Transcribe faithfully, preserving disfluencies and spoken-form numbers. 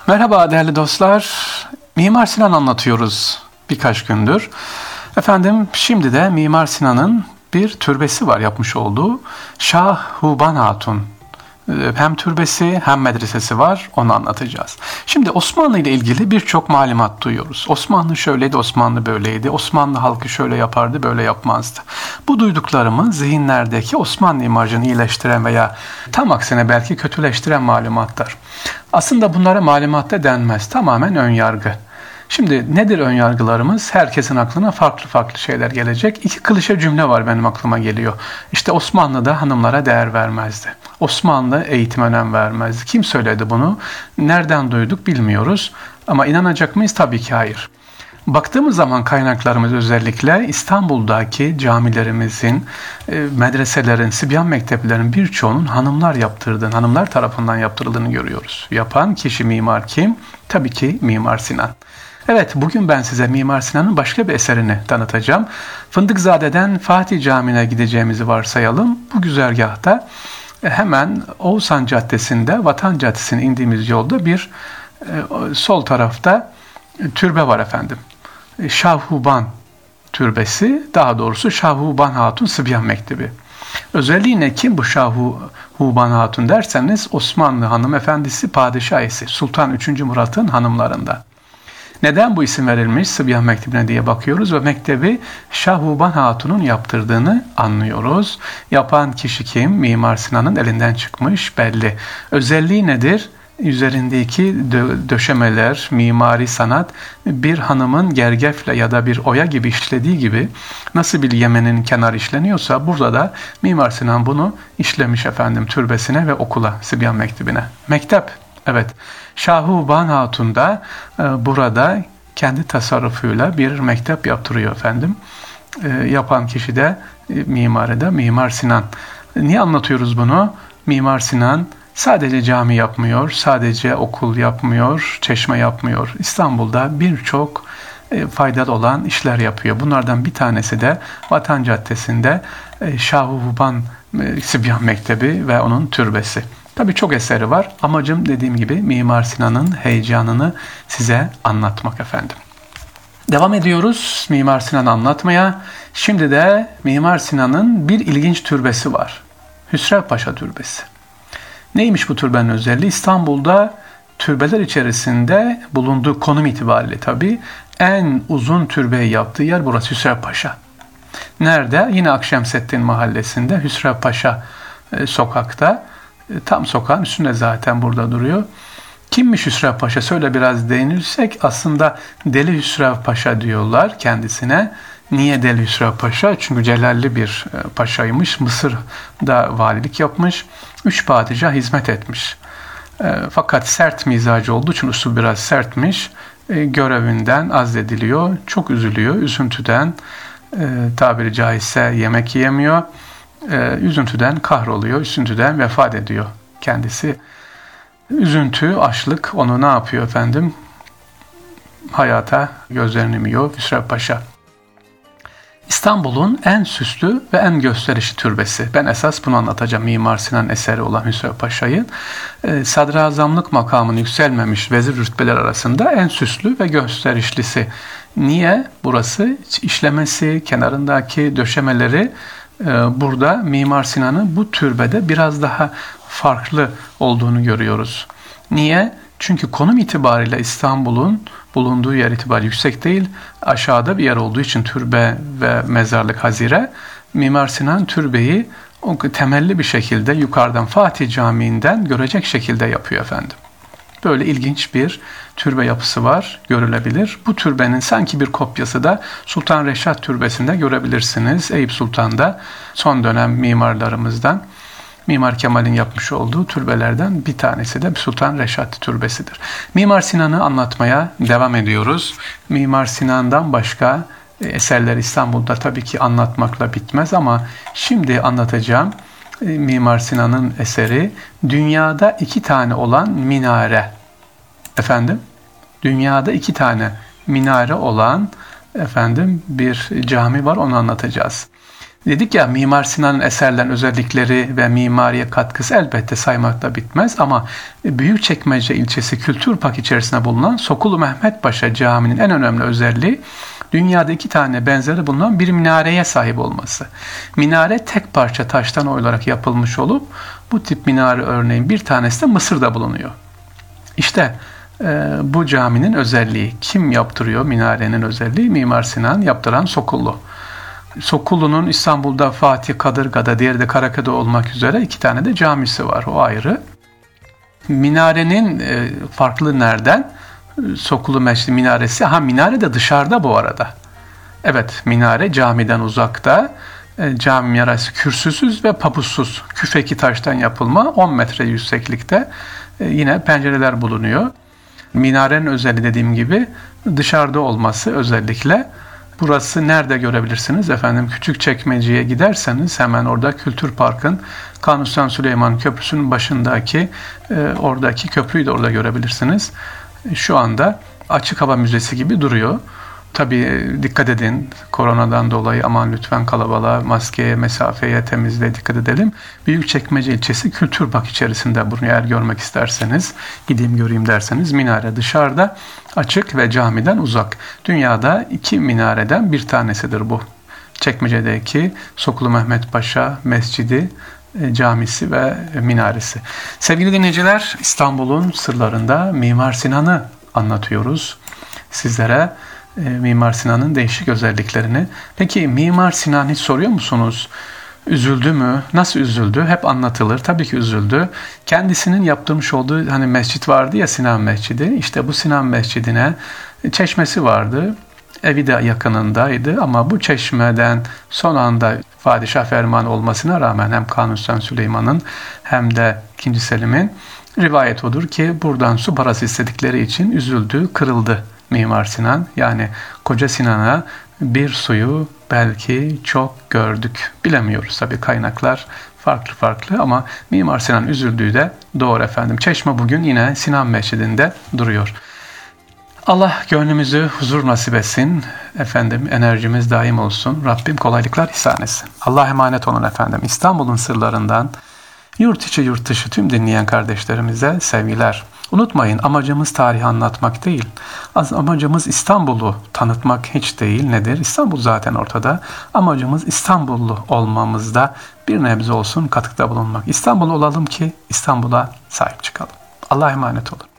Merhaba değerli dostlar. Mimar Sinan anlatıyoruz birkaç gündür. Efendim şimdi de Mimar Sinan'ın bir türbesi var yapmış olduğu. Şah-Huban Hatun. Hem türbesi hem medresesi var, onu anlatacağız. Şimdi Osmanlı ile ilgili birçok malumat duyuyoruz. Osmanlı şöyleydi, Osmanlı böyleydi. Osmanlı halkı şöyle yapardı, böyle yapmazdı. Bu duyduklarımın zihinlerdeki Osmanlı imajını iyileştiren veya tam aksine belki kötüleştiren malumatlar. Aslında bunlara malumat da denmez. Tamamen ön yargı. Şimdi nedir ön yargılarımız? Herkesin aklına farklı farklı şeyler gelecek. İki klişe cümle var benim aklıma geliyor. İşte Osmanlı'da hanımlara değer vermezdi. Osmanlı eğitime önem vermezdi. Kim söyledi bunu? Nereden duyduk bilmiyoruz. Ama inanacak mıyız? Tabii ki hayır. Baktığımız zaman kaynaklarımız özellikle İstanbul'daki camilerimizin, medreselerin, Sibyan mekteplerin birçoğunun hanımlar yaptırdığını, hanımlar tarafından yaptırıldığını görüyoruz. Yapan kişi mimar kim? Tabii ki Mimar Sinan. Evet, bugün ben size Mimar Sinan'ın başka bir eserini tanıtacağım. Fındıkzade'den Fatih Camii'ne gideceğimizi varsayalım. Bu güzergahta hemen Oğuzhan Caddesi'nde, Vatan Caddesi'ne indiğimiz yolda bir sol tarafta türbe var efendim. Şah-Huban Türbesi, daha doğrusu Şah-Huban Hatun Sibyan Mektebi. Özelliği ne? Kim bu Şah-Huban Hatun derseniz Osmanlı hanımefendisi, padişahisi Sultan üçüncü Murat'ın hanımlarından. Neden bu isim verilmiş Sibyan Mektebi'ne diye bakıyoruz ve mektebi Şah-Huban Hatun'un yaptırdığını anlıyoruz. Yapan kişi kim? Mimar Sinan'ın elinden çıkmış belli. Özelliği nedir? Üzerindeki dö- döşemeler, mimari sanat bir hanımın gergefle ya da bir oya gibi işlediği gibi nasıl bir Yemen'in kenar işleniyorsa burada da Mimar Sinan bunu işlemiş efendim türbesine ve okula, Sibyan Mektebi'ne. Mektep, evet. Şah-Huban Hatun da e, burada kendi tasarrufuyla bir mektep yaptırıyor efendim. E, yapan kişi de e, mimarı da Mimar Sinan. Niye anlatıyoruz bunu? Mimar Sinan sadece cami yapmıyor, sadece okul yapmıyor, çeşme yapmıyor. İstanbul'da birçok e, faydalı olan işler yapıyor. Bunlardan bir tanesi de Vatan Caddesi'nde e, Şah-Huban e, Sibyan Mektebi ve onun türbesi. Tabii çok eseri var. Amacım dediğim gibi Mimar Sinan'ın heyecanını size anlatmak efendim. Devam ediyoruz Mimar Sinan'ı anlatmaya. Şimdi de Mimar Sinan'ın bir ilginç türbesi var. Hüsrev Paşa Türbesi. Neymiş bu türbenin özelliği? İstanbul'da türbeler içerisinde bulunduğu konum itibariyle tabii en uzun türbeyi yaptığı yer burası Hüsrev Paşa. Nerede? Yine Akşemseddin Mahallesi'nde Hüsrev Paşa e, sokakta. Tam sokağın üstünde zaten burada duruyor. Kimmiş Hüsrev Paşa? Şöyle biraz değinirsek aslında Deli Hüsrev Paşa diyorlar kendisine. Niye Deli Hüsrev Paşa? Çünkü celalli bir paşaymış. Mısır'da valilik yapmış. Üç padişah hizmet etmiş. Fakat sert mizacı olduğu için usul biraz sertmiş. Görevinden azlediliyor. Çok üzülüyor. Üzüntüden tabiri caizse yemek yiyemiyor. Ee, üzüntüden kahroluyor, üzüntüden vefat ediyor kendisi. Üzüntü, açlık onu ne yapıyor efendim? Hayata gözlerini yumuyor Hüsrev Paşa. İstanbul'un en süslü ve en gösterişli türbesi. Ben esas bunu anlatacağım. Mimar Sinan eseri olan Hüsrev Paşa'yı. Ee, sadrazamlık makamını yükselmemiş vezir rütbeler arasında en süslü ve gösterişlisi. Niye? Burası işlemesi, kenarındaki döşemeleri burada Mimar Sinan'ın bu türbede biraz daha farklı olduğunu görüyoruz. Niye? Çünkü konum itibariyle İstanbul'un bulunduğu yer itibariyle yüksek değil, aşağıda bir yer olduğu için türbe ve mezarlık hazire, Mimar Sinan türbeyi o temelli bir şekilde yukarıdan Fatih Camii'nden görecek şekilde yapıyor efendim. Böyle ilginç bir türbe yapısı var, görülebilir. Bu türbenin sanki bir kopyası da Sultan Reşat Türbesi'nde görebilirsiniz. Eyüp Sultan'da son dönem mimarlarımızdan, Mimar Kemal'in yapmış olduğu türbelerden bir tanesi de Sultan Reşat Türbesi'dir. Mimar Sinan'ı anlatmaya devam ediyoruz. Mimar Sinan'dan başka eserler İstanbul'da tabii ki anlatmakla bitmez ama şimdi anlatacağım Mimar Sinan'ın eseri dünyada iki tane olan minare. Efendim, dünyada iki tane minare olan efendim bir cami var, onu anlatacağız. Dedik ya, Mimar Sinan'ın eserlerin özellikleri ve mimariye katkısı elbette saymakla bitmez ama Büyükçekmece ilçesi Kültür Park içerisinde bulunan Sokulu Mehmet Paşa Camii'nin en önemli özelliği dünyada iki tane benzeri bulunan bir minareye sahip olması. Minare tek parça taştan oyularak yapılmış olup bu tip minare örneğin bir tanesi de Mısır'da bulunuyor. İşte e, bu caminin özelliği. Kim yaptırıyor minarenin özelliği? Mimar Sinan, yaptıran Sokullu. Sokullu'nun İstanbul'da Fatih Kadırga'da, diğeri de Karaköy'de olmak üzere iki tane de camisi var. O ayrı. Minarenin e, farklı nereden? Sokullu Meşri minaresi. Ha, minare de dışarıda bu arada. Evet, minare camiden uzakta. E, cami minaresi kürsüsüz ve papuçsuz. Küfeki taştan yapılma, on metre yükseklikte. E, yine pencereler bulunuyor. Minarenin özelliği dediğim gibi dışarıda olması özellikle. Burası nerede görebilirsiniz? Efendim Küçükçekmece'ye giderseniz hemen orada Kültür Park'ın Kanuni Sultan Süleyman Köprüsü'nün başındaki e, oradaki köprüyü de orada görebilirsiniz. Şu anda açık hava müzesi gibi duruyor. Tabii dikkat edin, koronadan dolayı aman lütfen kalabalığa, maskeye, mesafeye, temizliğe dikkat edelim. Büyükçekmece ilçesi Kültür Park içerisinde bunu eğer görmek isterseniz, gideyim göreyim derseniz, minare dışarıda, açık ve camiden uzak. Dünyada iki minareden bir tanesidir bu. Çekmece'deki Sokulu Mehmet Paşa Mescidi, camisi ve minaresi. Sevgili dinleyiciler, İstanbul'un sırlarında Mimar Sinan'ı anlatıyoruz sizlere. Mimar Sinan'ın değişik özelliklerini. Peki Mimar Sinan hiç soruyor musunuz? Üzüldü mü? Nasıl üzüldü? Hep anlatılır. Tabii ki üzüldü. Kendisinin yaptırmış olduğu hani mescit vardı ya, Sinan Mescidi. İşte bu Sinan Mescidi'ne çeşmesi vardı. Evi de yakınındaydı ama bu çeşmeden son anda padişah fermanı olmasına rağmen hem Kanuni Sultan Süleyman'ın hem de ikinci. Selim'in rivayet odur ki buradan su parası istedikleri için üzüldü, kırıldı Mimar Sinan. Yani Koca Sinan'a bir suyu belki çok gördük. Bilemiyoruz tabii, kaynaklar farklı farklı ama Mimar Sinan üzüldüğü de doğru efendim. Çeşme bugün yine Sinan Mescidi'nde duruyor. Allah gönlümüzü huzur nasip etsin. Efendim enerjimiz daim olsun. Rabbim kolaylıklar ihsan etsin. Allah'a emanet olun efendim. İstanbul'un sırlarından yurt içi yurt dışı tüm dinleyen kardeşlerimize sevgiler. Unutmayın, amacımız tarihi anlatmak değil. Amacımız İstanbul'u tanıtmak hiç değil. Nedir? İstanbul zaten ortada. Amacımız İstanbullu olmamızda bir nebze olsun katkıda bulunmak. İstanbul olalım ki İstanbul'a sahip çıkalım. Allah'a emanet olun.